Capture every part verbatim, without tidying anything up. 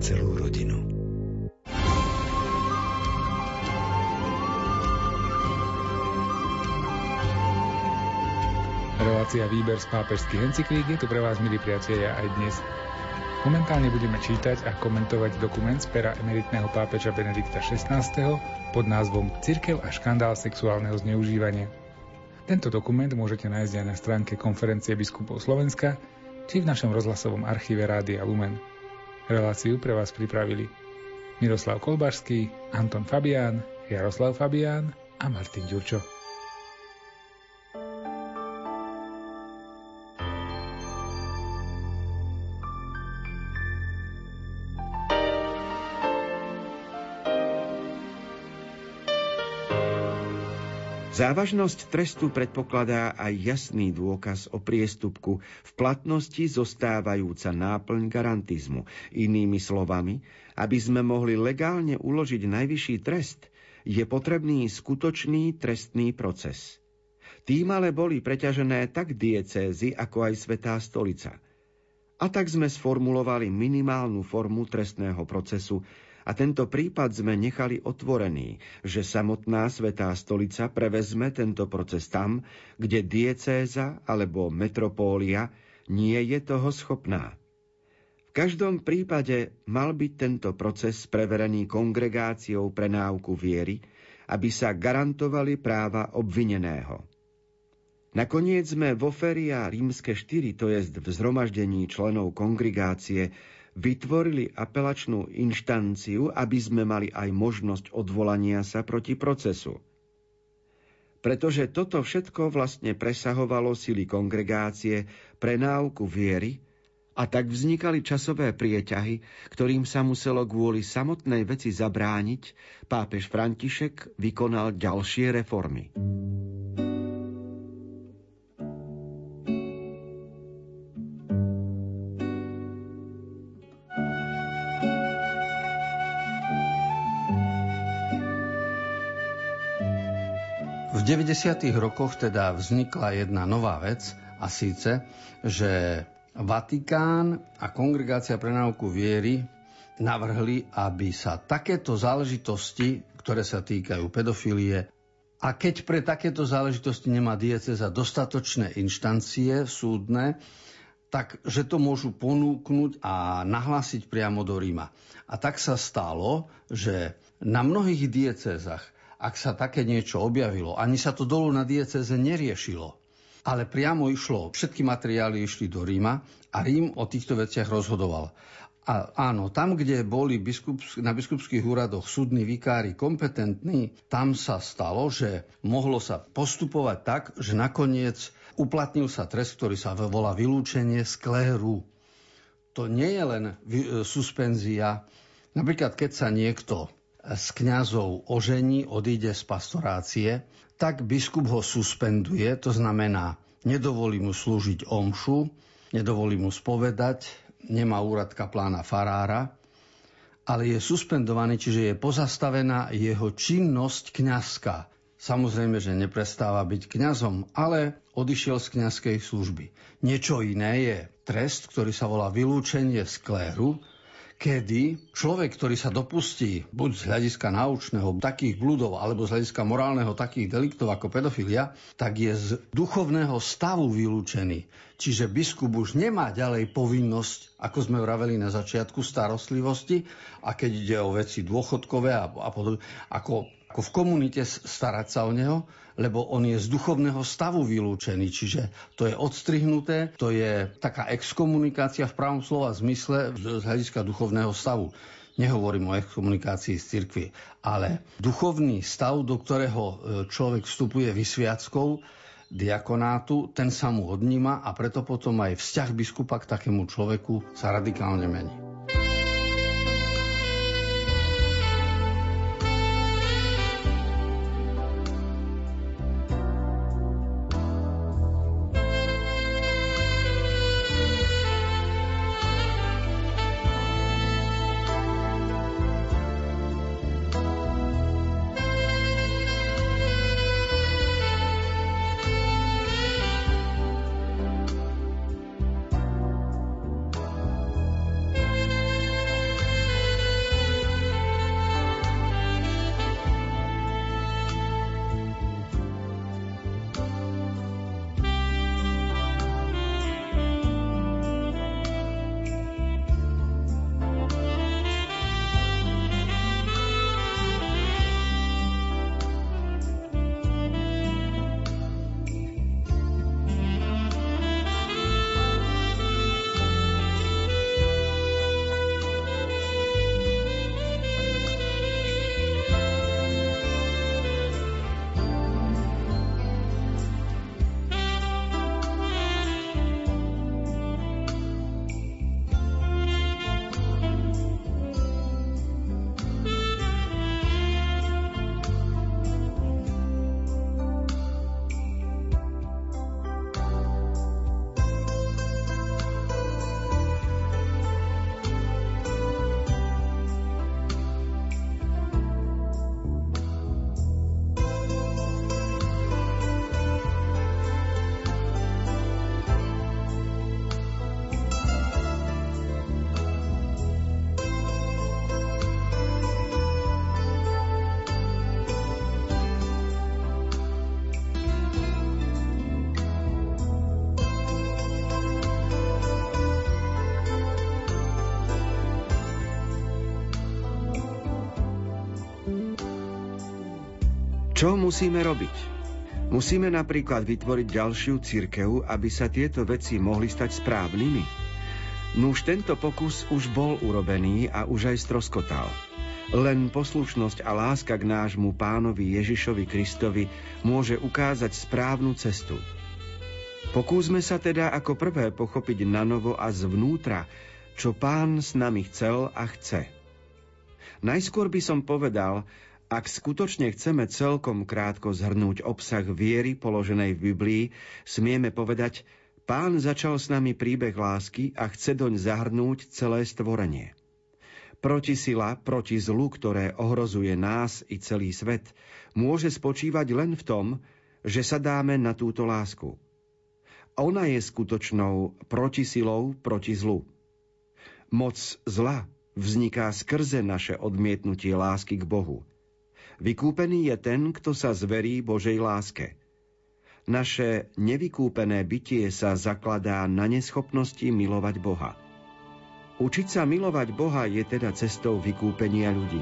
celú rodinu. Relácia Výber z pápežských encyklík je tu pre vás, milí priatelia, aj dnes. Momentálne budeme čítať a komentovať dokument z pera emeritného pápeža Benedikta šestnásteho pod názvom Cirkev a škandál sexuálneho zneužívania. Tento dokument môžete nájsť aj na stránke Konferencie biskupov Slovenska či v našom rozhlasovom archíve Rádia Lumen. Reláciu pre vás pripravili Miroslav Kolbašský, Anton Fabián, Jaroslav Fabián a Martin Ďurčo. Závažnosť trestu predpokladá aj jasný dôkaz o priestupku, v platnosti zostávajúca náplň garantizmu. Inými slovami, aby sme mohli legálne uložiť najvyšší trest, je potrebný skutočný trestný proces. Tým ale boli preťažené tak diecézy, ako aj Svätá stolica. A tak sme sformulovali minimálnu formu trestného procesu, a tento prípad sme nechali otvorený, že samotná Svätá stolica prevezme tento proces tam, kde diecéza alebo metropólia nie je toho schopná. V každom prípade mal byť tento proces preverený kongregáciou pre náuku viery, aby sa garantovali práva obvineného. Nakoniec sme vo Feria Rímske štyri, to jest v zhromaždení členov kongregácie, vytvorili apelačnú inštanciu, aby sme mali aj možnosť odvolania sa proti procesu. Pretože toto všetko vlastne presahovalo sily kongregácie pre náuku viery, a tak vznikali časové prieťahy, ktorým sa muselo kvôli samotnej veci zabrániť, pápež František vykonal ďalšie reformy. V deväťdesiatych rokoch teda vznikla jedna nová vec, a síce, že Vatikán a Kongregácia pre náuku viery navrhli, aby sa takéto záležitosti, ktoré sa týkajú pedofilie, a keď pre takéto záležitosti nemá diecéza dostatočné inštancie súdne, tak že to môžu ponúknuť a nahlásiť priamo do Ríma. A tak sa stalo, že na mnohých diecézach, ak sa také niečo objavilo, ani sa to dolu na diecéze neriešilo, ale priamo išlo, všetky materiály išli do Ríma a Rím o týchto veciach rozhodoval. A áno, tam, kde boli biskups, na biskupských úradoch súdni vikári kompetentní, tam sa stalo, že mohlo sa postupovať tak, že nakoniec uplatnil sa trest, ktorý sa volá vylúčenie z kléru. To nie je len suspenzia. Napríklad, keď sa niekto z kňazov ožení, odíde z pastorácie, tak biskup ho suspenduje, to znamená, nedovolí mu slúžiť omšu, nedovolí mu spovedať, nemá úrad kaplána farára, ale je suspendovaný, čiže je pozastavená jeho činnosť kňazská. Samozrejme, že neprestáva byť kňazom, ale odišiel z kňazskej služby. Niečo iné je trest, ktorý sa volá vylúčenie z kléru, kedy človek, ktorý sa dopustí buď z hľadiska naučného takých blúdov, alebo z hľadiska morálneho takých deliktov ako pedofilia, tak je z duchovného stavu vylúčený. Čiže biskup už nemá ďalej povinnosť, ako sme vraveli na začiatku, starostlivosti, a keď ide o veci dôchodkové a, a podobne, ako, ako v komunite starať sa o neho, lebo on je z duchovného stavu vylúčený, čiže to je odstrihnuté, to je taká exkomunikácia v pravom slova zmysle z hľadiska duchovného stavu. Nehovorím o exkomunikácii z cirkvi, ale duchovný stav, do ktorého človek vstupuje vysviackou diakonátu, ten sa mu odníma a preto potom aj vzťah biskupa k takému človeku sa radikálne mení. Čo musíme robiť? Musíme napríklad vytvoriť ďalšiu cirkev, aby sa tieto veci mohli stať správnymi. Nuž tento pokus už bol urobený a už aj stroskotal. Len poslušnosť a láska k nášmu Pánovi Ježišovi Kristovi môže ukázať správnu cestu. Pokúsme sa teda ako prvé pochopiť nanovo a zvnútra, čo Pán s nami chcel a chce. Najskôr by som povedal, ak skutočne chceme celkom krátko zhrnúť obsah viery položenej v Biblii, smieme povedať, Pán začal s nami príbeh lásky a chce doň zahrnúť celé stvorenie. Protisila proti zlu, ktoré ohrozuje nás i celý svet, môže spočívať len v tom, že sa dáme na túto lásku. Ona je skutočnou protisilou proti zlu. Moc zla vzniká skrze naše odmietnutie lásky k Bohu. Vykúpený je ten, kto sa zverí Božej láske. Naše nevykúpené bytie sa zakladá na neschopnosti milovať Boha. Učiť sa milovať Boha je teda cestou vykúpenia ľudí.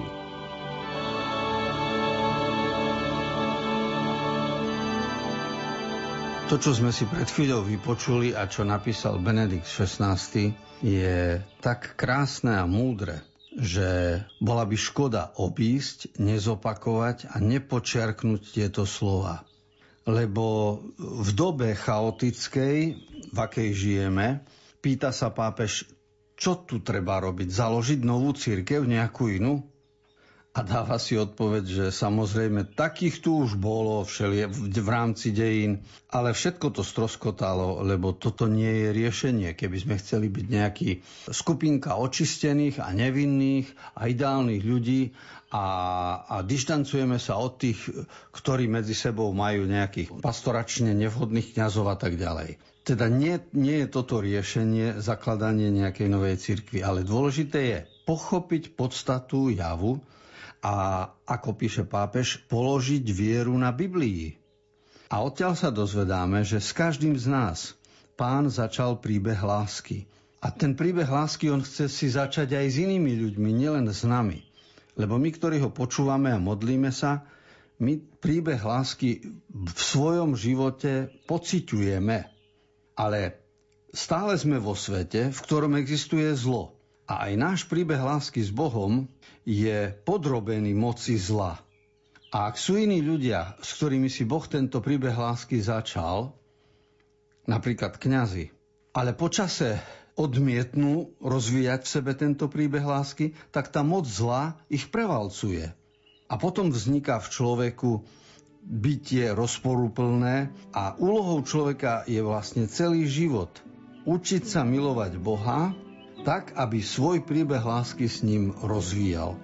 To, čo sme si pred chvíľou vypočuli a čo napísal Benedikt šestnásty, je tak krásne a múdre, že bola by škoda obísť, nezopakovať a nepočiarknúť tieto slova. Lebo v dobe chaotickej, v akej žijeme, pýta sa pápež, čo tu treba robiť? Založiť novú cirkev, nejakú inú? A dáva si odpoveď, že samozrejme takých tu už bolo všelie v rámci dejín, ale všetko to stroskotalo, lebo toto nie je riešenie. Keby sme chceli byť nejaký skupinka očistených a nevinných a ideálnych ľudí a, a dištancujeme sa od tých, ktorí medzi sebou majú nejakých pastoračne nevhodných kňazov a tak ďalej. Teda nie, nie je toto riešenie zakladanie nejakej novej cirkvi, ale dôležité je pochopiť podstatu javu a, ako píše pápež, položiť vieru na Biblii. A odtiaľ sa dozvedáme, že s každým z nás Pán začal príbeh lásky. A ten príbeh lásky on chce si začať aj s inými ľuďmi, nielen s nami. Lebo my, ktorí ho počúvame a modlíme sa, my príbeh lásky v svojom živote pociťujeme. Ale stále sme vo svete, v ktorom existuje zlo. A aj náš príbeh lásky s Bohom je podrobený moci zla. A ak sú iní ľudia, s ktorými si Boh tento príbeh lásky začal, napríklad kňazi, ale počase odmietnú rozvíjať v sebe tento príbeh lásky, tak tá moc zla ich prevalcuje. A potom vzniká v človeku bytie rozporúplné a úlohou človeka je vlastne celý život učiť sa milovať Boha tak, aby svoj príbeh lásky s ním rozvíjal.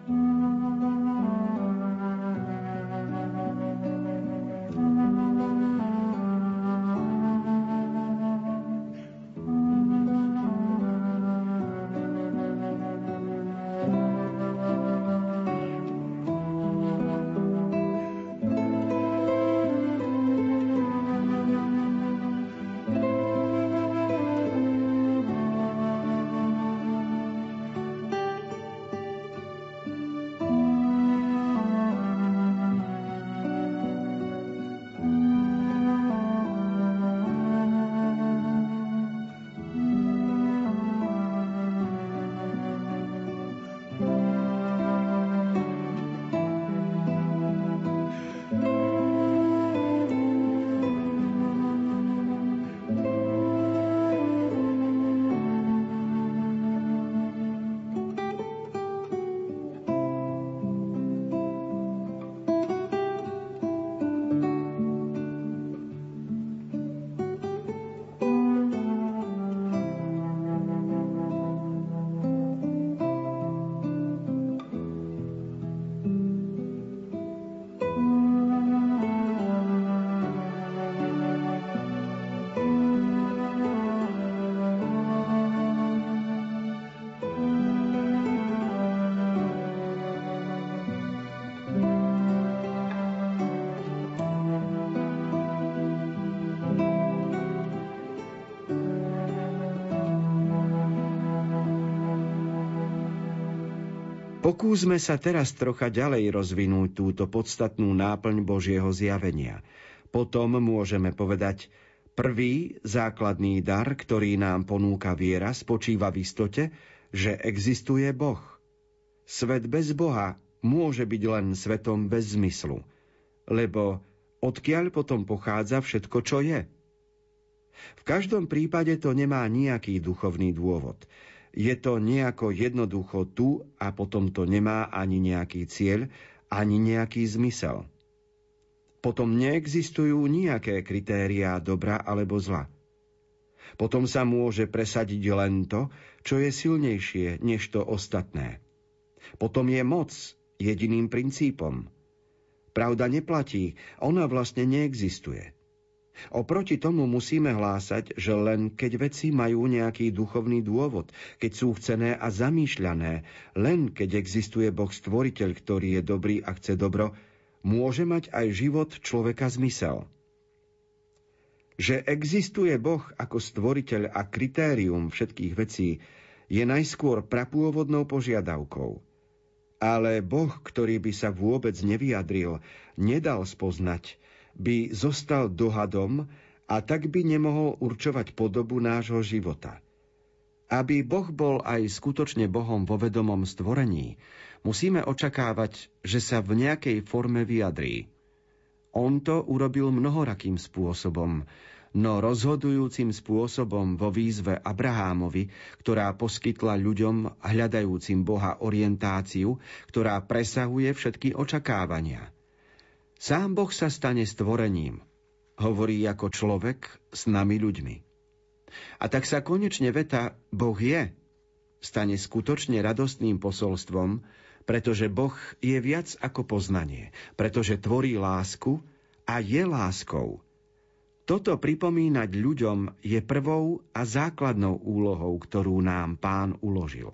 Pokúsme sa teraz trocha ďalej rozvinúť túto podstatnú náplň Božieho zjavenia. Potom môžeme povedať, prvý základný dar, ktorý nám ponúka viera, spočíva v istote, že existuje Boh. Svet bez Boha môže byť len svetom bez zmyslu, lebo odkiaľ potom pochádza všetko, čo je? V každom prípade to nemá nejaký duchovný dôvod. Je to nejako jednoducho tu a potom to nemá ani nejaký cieľ, ani nejaký zmysel. Potom neexistujú nejaké kritériá dobra alebo zla. Potom sa môže presadiť len to, čo je silnejšie než to ostatné. Potom je moc jediným princípom. Pravda neplatí, ona vlastne neexistuje. Oproti tomu musíme hlásať, že len keď veci majú nejaký duchovný dôvod, keď sú chcené a zamýšľané, len keď existuje Boh stvoriteľ, ktorý je dobrý a chce dobro, môže mať aj život človeka zmysel. Že existuje Boh ako stvoriteľ a kritérium všetkých vecí, je najskôr prapôvodnou požiadavkou. Ale Boh, ktorý by sa vôbec nevyjadril, nedal spoznať, by zostal dohadom a tak by nemohol určovať podobu nášho života. Aby Boh bol aj skutočne Bohom vo vedomom stvorení, musíme očakávať, že sa v nejakej forme vyjadrí. On to urobil mnohorakým spôsobom, no rozhodujúcim spôsobom vo výzve Abrahámovi, ktorá poskytla ľuďom hľadajúcim Boha orientáciu, ktorá presahuje všetky očakávania. Sám Boh sa stane stvorením, hovorí ako človek s nami ľuďmi. A tak sa konečne veta Boh je stane skutočne radostným posolstvom, pretože Boh je viac ako poznanie, pretože tvorí lásku a je láskou. Toto pripomínať ľuďom je prvou a základnou úlohou, ktorú nám Pán uložil.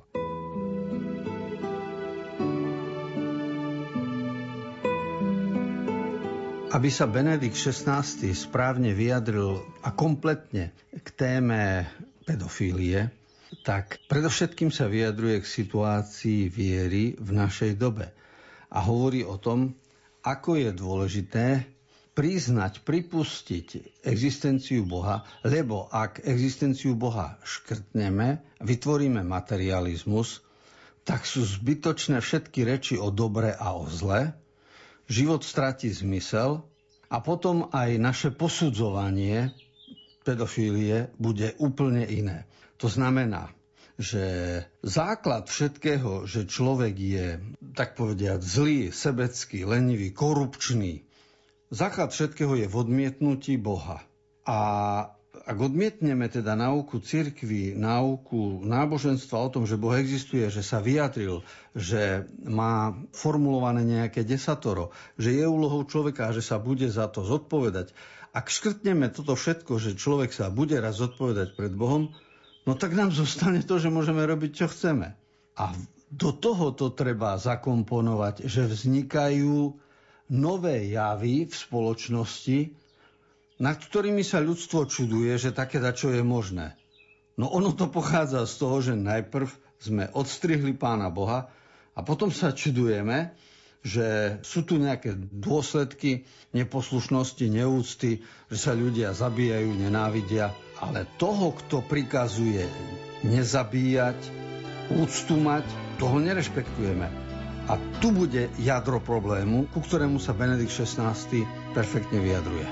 Aby sa Benedikt šestnásty správne vyjadril a kompletne k téme pedofílie, tak predovšetkým sa vyjadruje k situácii viery v našej dobe a hovorí o tom, ako je dôležité priznať, pripustiť existenciu Boha, lebo ak existenciu Boha škrtneme, vytvoríme materializmus, tak sú zbytočné všetky reči o dobre a o zle, život stratí zmysel a potom aj naše posudzovanie pedofílie bude úplne iné. To znamená, že základ všetkého, že človek je, tak povediať, zlý, sebecký, lenivý, korupčný, základ všetkého je v odmietnutí Boha. A ak odmietneme teda náuku cirkvi, náuku náboženstva o tom, že Boh existuje, že sa vyjadril, že má formulované nejaké desatoro, že je úlohou človeka a že sa bude za to zodpovedať. Ak škrtneme toto všetko, že človek sa bude raz zodpovedať pred Bohom, no tak nám zostane to, že môžeme robiť, čo chceme. A do tohoto treba zakomponovať, že vznikajú nové javy v spoločnosti, nad ktorými sa ľudstvo čuduje, že také dačo je možné. No ono to pochádza z toho, že najprv sme odstrihli Pána Boha a potom sa čudujeme, že sú tu nejaké dôsledky neposlušnosti, neúcty, že sa ľudia zabíjajú, nenávidia. Ale toho, kto prikazuje nezabíjať, úctu mať, toho nerešpektujeme. A tu bude jadro problému, ku ktorému sa Benedikt šestnásty perfektne vyjadruje.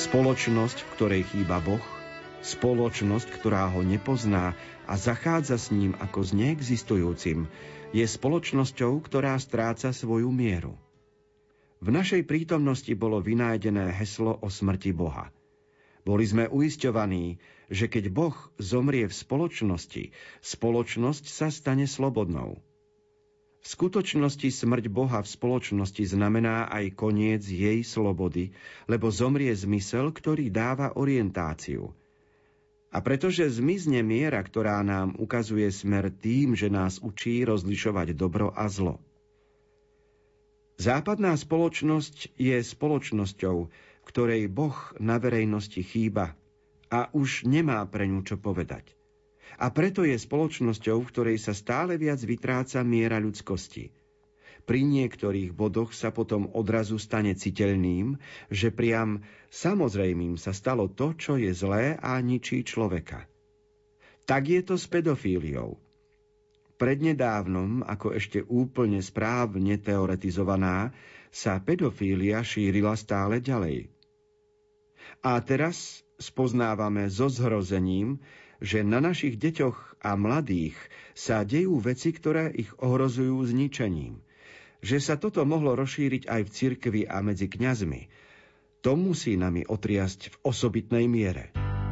Spoločnosť, v ktorej chýba Boh, spoločnosť, ktorá ho nepozná a zachádza s ním ako s neexistujúcim, je spoločnosťou, ktorá stráca svoju mieru. V našej prítomnosti bolo vynájdené heslo o smrti Boha. Boli sme uisťovaní, že keď Boh zomrie v spoločnosti, spoločnosť sa stane slobodnou. V skutočnosti smrť Boha v spoločnosti znamená aj koniec jej slobody, lebo zomrie zmysel, ktorý dáva orientáciu. A pretože zmizne miera, ktorá nám ukazuje smer tým, že nás učí rozlišovať dobro a zlo. Západná spoločnosť je spoločnosťou, v ktorej Boh na verejnosti chýba a už nemá pre ňu čo povedať. A preto je spoločnosťou, v ktorej sa stále viac vytráca miera ľudskosti. Pri niektorých bodoch sa potom odrazu stane citeľným, že priam samozrejmým sa stalo to, čo je zlé a ničí človeka. Tak je to s pedofíliou. Prednedávnom, ako ešte úplne správne teoretizovaná, sa pedofília šírila stále ďalej. A teraz spoznávame so zhrozením, že na našich deťoch a mladých sa dejú veci, ktoré ich ohrozujú zničením. Že sa toto mohlo rozšíriť aj v cirkvi a medzi kňazmi, to musí nami otriasť v osobitnej miere.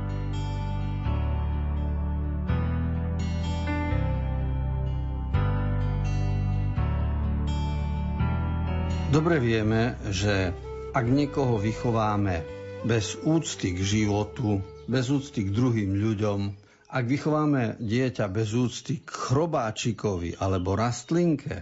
Dobre vieme, že ak niekoho vychováme bez úcty k životu, bez úcty k druhým ľuďom, ak vychováme dieťa bez úcty k chrobáčikovi alebo rastlinke,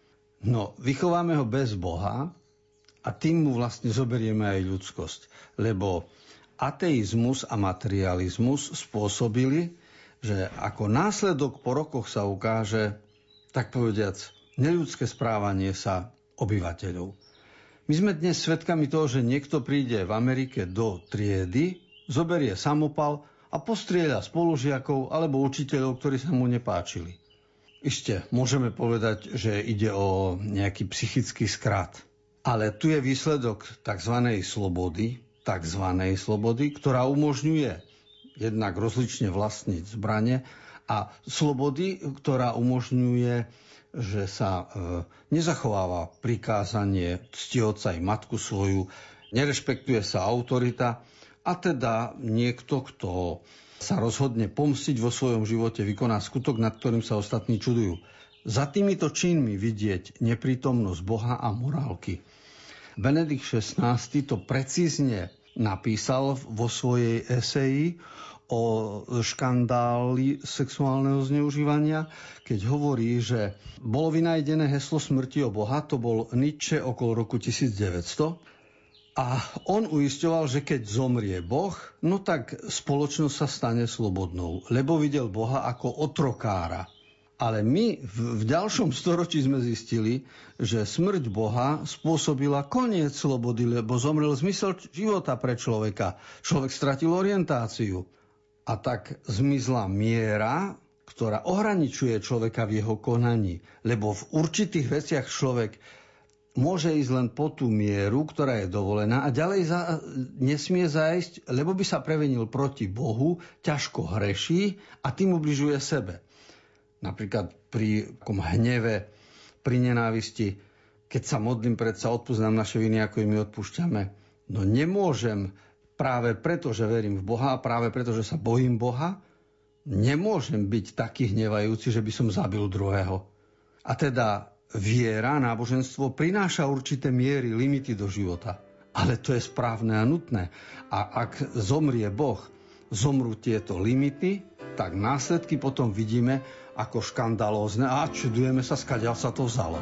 no vychováme ho bez Boha a tým mu vlastne zoberieme aj ľudskosť. Lebo ateizmus a materializmus spôsobili, že ako následok po rokoch sa ukáže, tak povediac, neľudské správanie sa obyvateľov. My sme dnes svedkami toho, že niekto príde v Amerike do triedy, zoberie samopal a postrieľa spolužiakov alebo učiteľov, ktorí sa mu nepáčili. Ešte môžeme povedať, že ide o nejaký psychický skrat. Ale tu je výsledok tzv. slobody, tzv. slobody, ktorá umožňuje jednak rozlične vlastniť zbrane a slobody, ktorá umožňuje, že sa e, nezachováva prikázanie cti otca i matku svoju, nerešpektuje sa autorita a teda niekto, kto sa rozhodne pomstiť vo svojom živote, vykoná skutok, nad ktorým sa ostatní čudujú. Za týmito činmi vidieť neprítomnosť Boha a morálky. Benedikt šestnásty to precízne napísal vo svojej eseji o škandáli sexuálneho zneužívania, keď hovorí, že bolo vynájdené heslo smrti o Boha, to bol Nietzsche okolo roku tisícdeväťsto, a on uisťoval, že keď zomrie Boh, no tak spoločnosť sa stane slobodnou, lebo videl Boha ako otrokára. Ale my v, v ďalšom storočí sme zistili, že smrť Boha spôsobila koniec slobody, lebo zomrel zmysel života pre človeka. Človek stratil orientáciu. A tak zmizla miera, ktorá ohraničuje človeka v jeho konaní. Lebo v určitých veciach človek môže ísť len po tú mieru, ktorá je dovolená a ďalej za, nesmie zájsť, lebo by sa previnil proti Bohu, ťažko hreší a tým ubližuje sebe. Napríklad pri takom hneve, pri nenávisti, keď sa modlím, predsa odpusť nám naše viny, ako im my odpúšťame. No nemôžem práve preto, že verím v Boha a práve preto, že sa bojím Boha, nemôžem byť taký hnevajúci, že by som zabil druhého. A teda viera, náboženstvo prináša určité miery, limity do života. Ale to je správne a nutné. A ak zomrie Boh, zomrú tieto limity, tak následky potom vidíme ako škandalózne a čudujeme sa, skadiaľ sa to vzalo.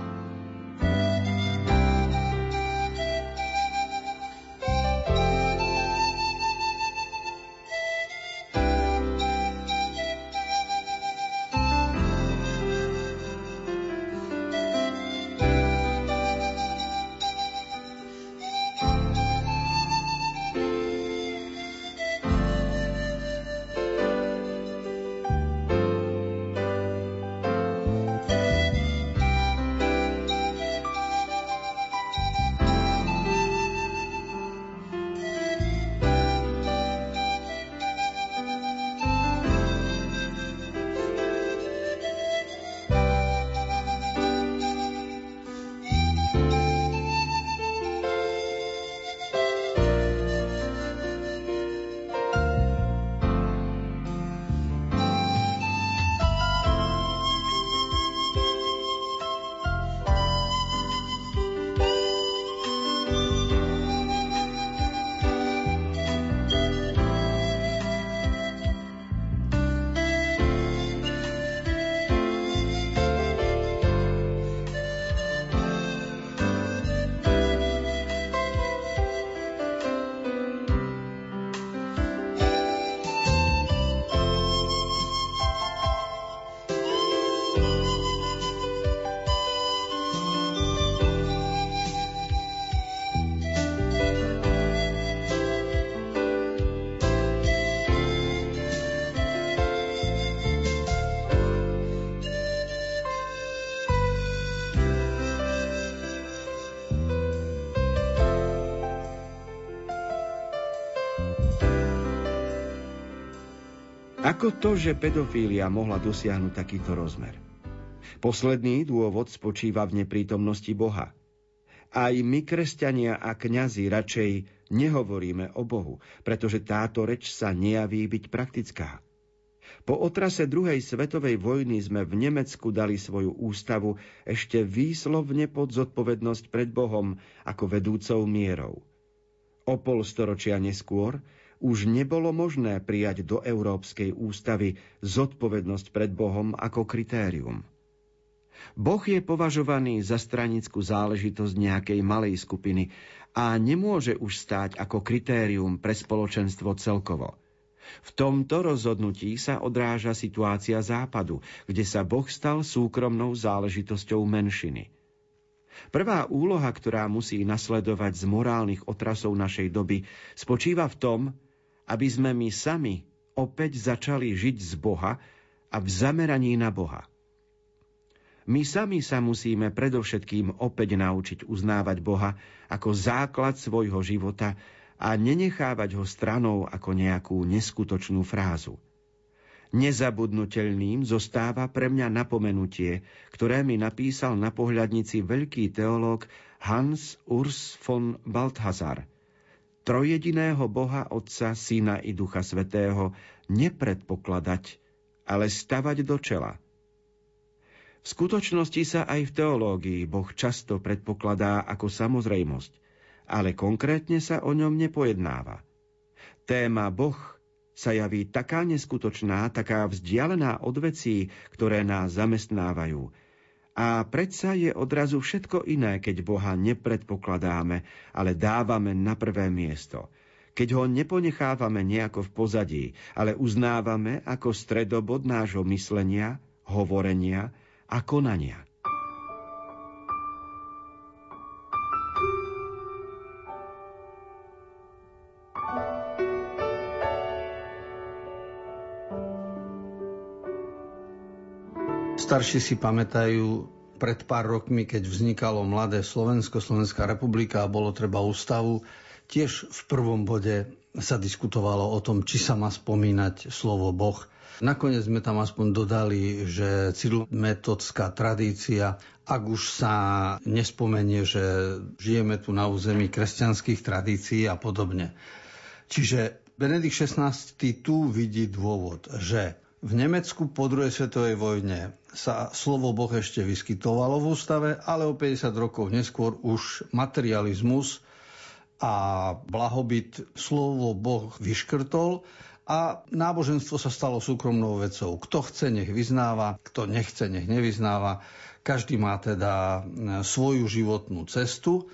Ako to, že pedofília mohla dosiahnuť takýto rozmer? Posledný dôvod spočíva v neprítomnosti Boha. Aj my, kresťania a kňazi, radšej nehovoríme o Bohu, pretože táto reč sa nejaví byť praktická. Po otrase druhej svetovej vojny sme v Nemecku dali svoju ústavu ešte výslovne pod zodpovednosť pred Bohom ako vedúcou mierou. O pol storočia neskôr už nebolo možné prijať do Európskej ústavy zodpovednosť pred Bohom ako kritérium. Boh je považovaný za stranickú záležitosť nejakej malej skupiny a nemôže už stáť ako kritérium pre spoločenstvo celkovo. V tomto rozhodnutí sa odráža situácia Západu, kde sa Boh stal súkromnou záležitosťou menšiny. Prvá úloha, ktorá musí nasledovať z morálnych otrasov našej doby, spočíva v tom, aby sme my sami opäť začali žiť z Boha a v zameraní na Boha. My sami sa musíme predovšetkým opäť naučiť uznávať Boha ako základ svojho života a nenechávať ho stranou ako nejakú neskutočnú frázu. Nezabudnutelným zostáva pre mňa napomenutie, ktoré mi napísal na pohľadnici veľký teológ Hans Urs von Balthasar. Trojjediného Boha, Otca, Syna i Ducha Svätého nepredpokladať, ale stavať do čela. V skutočnosti sa aj v teológii Boh často predpokladá ako samozrejmosť, ale konkrétne sa o ňom nepojednáva. Téma Boh sa javí taká neskutočná, taká vzdialená od vecí, ktoré nás zamestnávajú. A predsa je odrazu všetko iné, keď Boha nepredpokladáme, ale dávame na prvé miesto. Keď ho neponechávame nejako v pozadí, ale uznávame ako stredobod nášho myslenia, hovorenia a konania. Starší si pamätajú pred pár rokmi, keď vznikalo mladé Slovensko, Slovenská republika a bolo treba ústavu, tiež v prvom bode sa diskutovalo o tom, či sa má spomínať slovo Boh. Nakoniec sme tam aspoň dodali, že cyrilometodská tradícia, ak už sa nespomenie, že žijeme tu na území kresťanských tradícií a podobne. Čiže Benedikt šestnásty tu vidí dôvod, že v Nemecku po druhej svetovej vojne sa slovo Boh ešte vyskytovalo v ústave, ale o päťdesiat rokov neskôr už materializmus a blahobyt slovo Boh vyškrtol a náboženstvo sa stalo súkromnou vecou. Kto chce, nech vyznáva, kto nechce, nech nevyznáva. Každý má teda svoju životnú cestu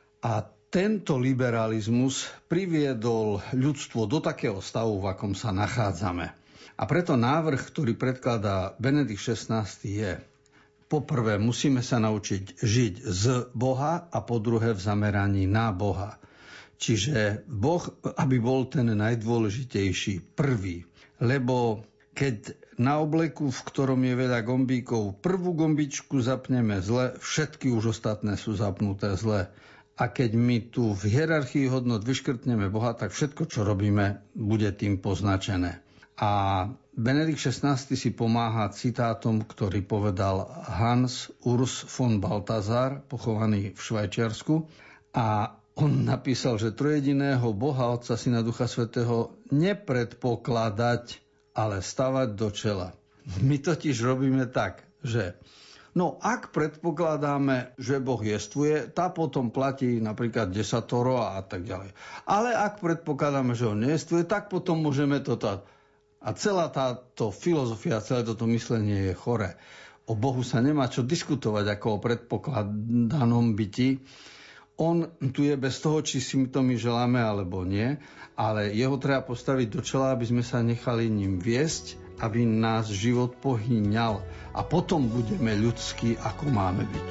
a tento liberalizmus priviedol ľudstvo do takého stavu, v akom sa nachádzame. A preto návrh, ktorý predkladá Benedikt šestnásty je: poprvé, musíme sa naučiť žiť z Boha a po druhé v zameraní na Boha. Čiže Boh, aby bol ten najdôležitejší, prvý. Lebo keď na obleku, v ktorom je veľa gombíkov, prvú gombičku zapneme zle, všetky už ostatné sú zapnuté zle. A keď my tu v hierarchii hodnot vyškrtneme Boha, tak všetko, čo robíme, bude tým poznačené. A Benedikt šestnásty si pomáha citátom, ktorý povedal Hans Urs von Balthasar, pochovaný v Švajčiarsku. A on napísal, že trojjediného Boha, Otca, Syna, Ducha Svätého nepredpokladať, ale stavať do čela. My totiž robíme tak, že no ak predpokladáme, že Boh jestvuje, tá potom platí napríklad desatoro a tak ďalej. Ale ak predpokladáme, že on nejestvuje, tak potom môžeme toto. A celá táto filozofia, celé toto myslenie je choré. O Bohu sa nemá čo diskutovať ako o predpokladanom byti. On tu je bez toho, či si to my želáme alebo nie, ale jeho treba postaviť do čela, aby sme sa nechali ním viesť, aby nás život pohýňal a potom budeme ľudskí, ako máme byť.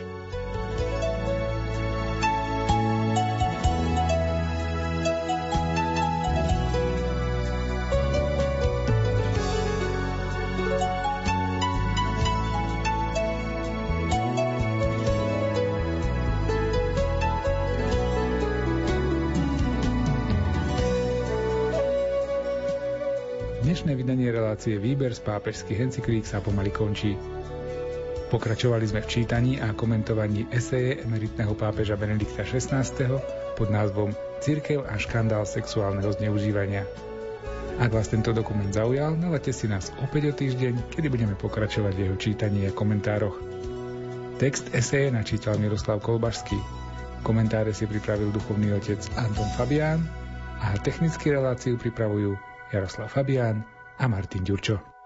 V Dnešné vydanie relácie Výber z pápežských encyklík sa pomaly končí. Pokračovali sme v čítaní a komentovaní eseje emeritného pápeža Benedikta šestnásteho pod názvom Cirkev a škandál sexuálneho zneužívania. Ak vás tento dokument zaujal, nalaďte si nás opäť o týždeň, kedy budeme pokračovať v jeho čítaní a komentároch. Text eseje načítal Miroslav Kolbašský. Komentáre si pripravil duchovný otec Anton Fabián a technickú reláciu pripravujú Jaroslav Fabián a Martin Ďurčo.